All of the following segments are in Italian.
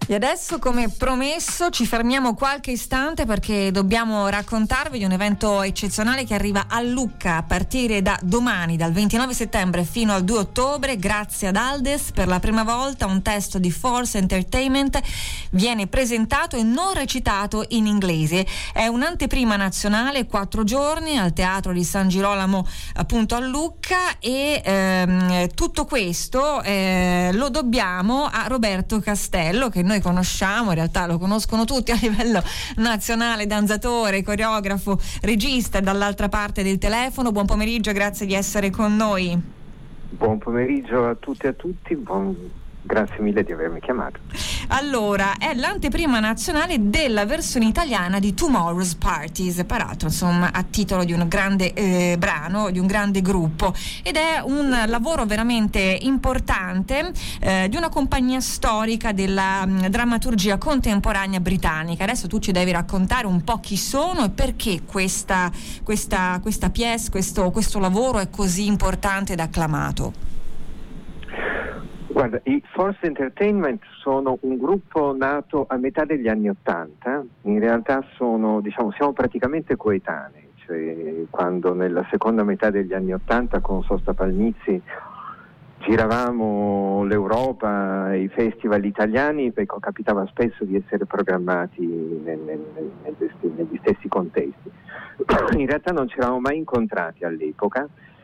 E adesso, come promesso, ci fermiamo qualche istante perché dobbiamo raccontarvi di un evento eccezionale che arriva a Lucca a partire da domani, dal 29 settembre fino al 2 ottobre. Grazie ad Aldes, per la prima volta un testo di Force Entertainment viene presentato e non recitato in inglese. È un'anteprima nazionale, 4 giorni al Teatro di San Girolamo, appunto a Lucca, e tutto questo lo dobbiamo a Roberto Castello, che noi conosciamo, in realtà lo conoscono tutti a livello nazionale, danzatore, coreografo, regista, dall'altra parte del telefono. Buon pomeriggio, grazie di essere con noi. Buon pomeriggio a tutti e a tutti, grazie mille di avermi chiamato. Allora, è l'anteprima nazionale della versione italiana di Tomorrow's Parties, peraltro insomma a titolo di un grande brano, di un grande gruppo, ed è un lavoro veramente importante di una compagnia storica della drammaturgia contemporanea britannica. Adesso tu ci devi raccontare un po' chi sono e perché questa pièce, questo lavoro è così importante ed acclamato. Guarda, i Force Entertainment sono un gruppo nato a metà degli anni '80, in realtà siamo praticamente coetanei, cioè quando nella seconda metà degli anni '80 con Sosta Palmizzi giravamo l'Europa e i festival italiani, capitava spesso di essere programmati negli stessi contesti. In realtà non ci eravamo mai incontrati all'epoca,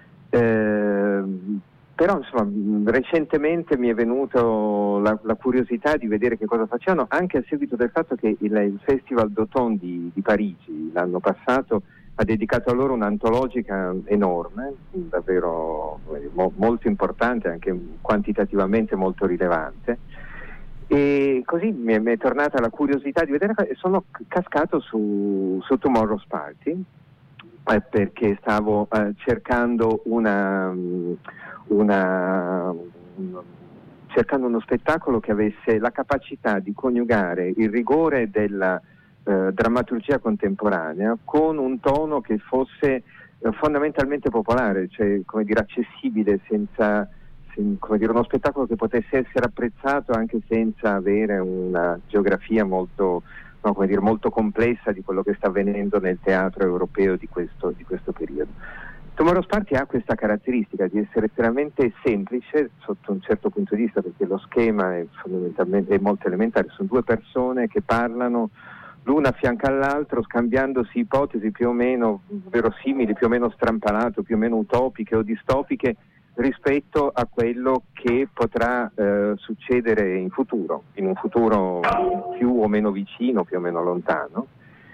però insomma recentemente mi è venuto la curiosità di vedere che cosa facevano, anche a seguito del fatto che il Festival d'Automne di Parigi l'anno passato ha dedicato a loro un'antologica enorme, davvero molto importante, anche quantitativamente molto rilevante, e così mi è tornata la curiosità di vedere, e sono cascato su Tomorrow's Party perché stavo cercando cercando uno spettacolo che avesse la capacità di coniugare il rigore della drammaturgia contemporanea con un tono che fosse fondamentalmente popolare, cioè accessibile, uno spettacolo che potesse essere apprezzato anche senza avere una geografia molto complessa di quello che sta avvenendo nel teatro europeo di questo periodo. Tomorrow's Party ha questa caratteristica di essere estremamente semplice sotto un certo punto di vista, perché lo schema è fondamentalmente molto elementare. Sono due persone che parlano l'una a fianco all'altro, scambiandosi ipotesi più o meno verosimili, più o meno strampalate, più o meno utopiche o distopiche rispetto a quello che potrà succedere in un futuro più o meno vicino, più o meno lontano.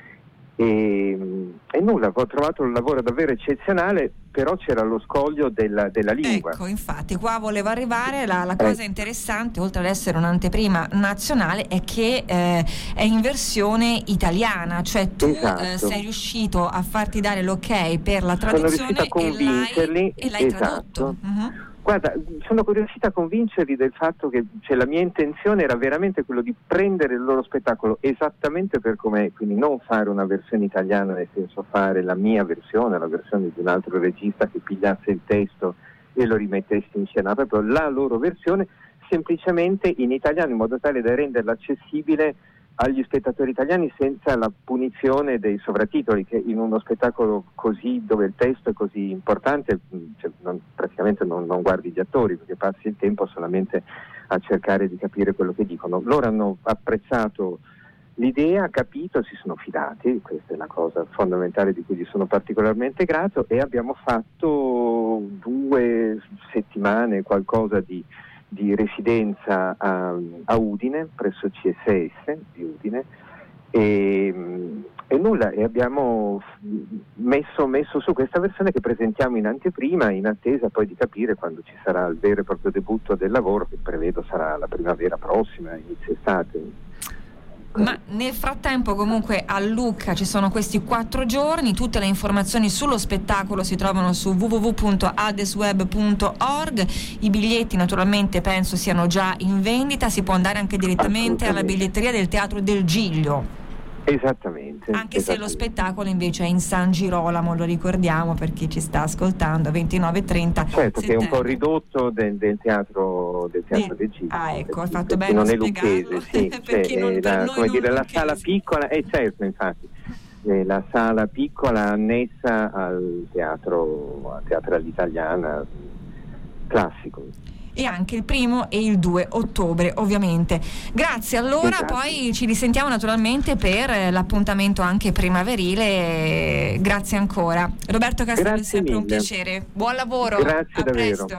E nulla, ho trovato un lavoro davvero eccezionale, però c'era lo scoglio della lingua. Ecco, infatti qua volevo arrivare, la cosa interessante, oltre ad essere un'anteprima nazionale, è che è in versione italiana, cioè tu sei riuscito a farti dare l'ok per la traduzione e l'hai tradotto. Uh-huh. Guarda, sono riuscita a convincerli del fatto che la mia intenzione era veramente quello di prendere il loro spettacolo esattamente per com'è, quindi non fare una versione italiana, nel senso fare la mia versione, la versione di un altro regista che pigliasse il testo e lo rimettesse in scena, proprio la loro versione, semplicemente in italiano, in modo tale da renderla accessibile agli spettatori italiani senza la punizione dei sovratitoli, che in uno spettacolo così, dove il testo è così importante, praticamente non guardi gli attori, perché passi il tempo solamente a cercare di capire quello che dicono. Loro hanno apprezzato l'idea, capito, si sono fidati, questa è la cosa fondamentale di cui gli sono particolarmente grato, e abbiamo fatto 2 settimane, qualcosa di residenza a Udine, presso CSS di Udine, e nulla, e abbiamo messo su questa versione che presentiamo in anteprima, in attesa poi di capire quando ci sarà il vero e proprio debutto del lavoro, che prevedo sarà la primavera prossima, inizio estate. Ma nel frattempo comunque a Lucca ci sono questi 4 giorni, tutte le informazioni sullo spettacolo si trovano su www.aldesweb.org, i biglietti naturalmente penso siano già in vendita, si può andare anche direttamente alla biglietteria del Teatro del Giglio. Esattamente. Anche se lo spettacolo invece è in San Girolamo, lo ricordiamo per chi ci sta ascoltando, 29-30 certo, settembre. che è un po' ridotto del teatro del Gigi. Ah, ecco, hai fatto per bene non a è lucchese, sì, per chi non, per noi come non dire, la lucchesi. sala piccola, certo, infatti, la sala piccola annessa al teatro all'italiana classico. E anche il 1 e il 2 ottobre, ovviamente. Grazie, allora, esatto. Poi ci risentiamo naturalmente per l'appuntamento anche primaverile. Grazie ancora. Roberto Castello, è sempre un piacere. Buon lavoro. Grazie a davvero. presto.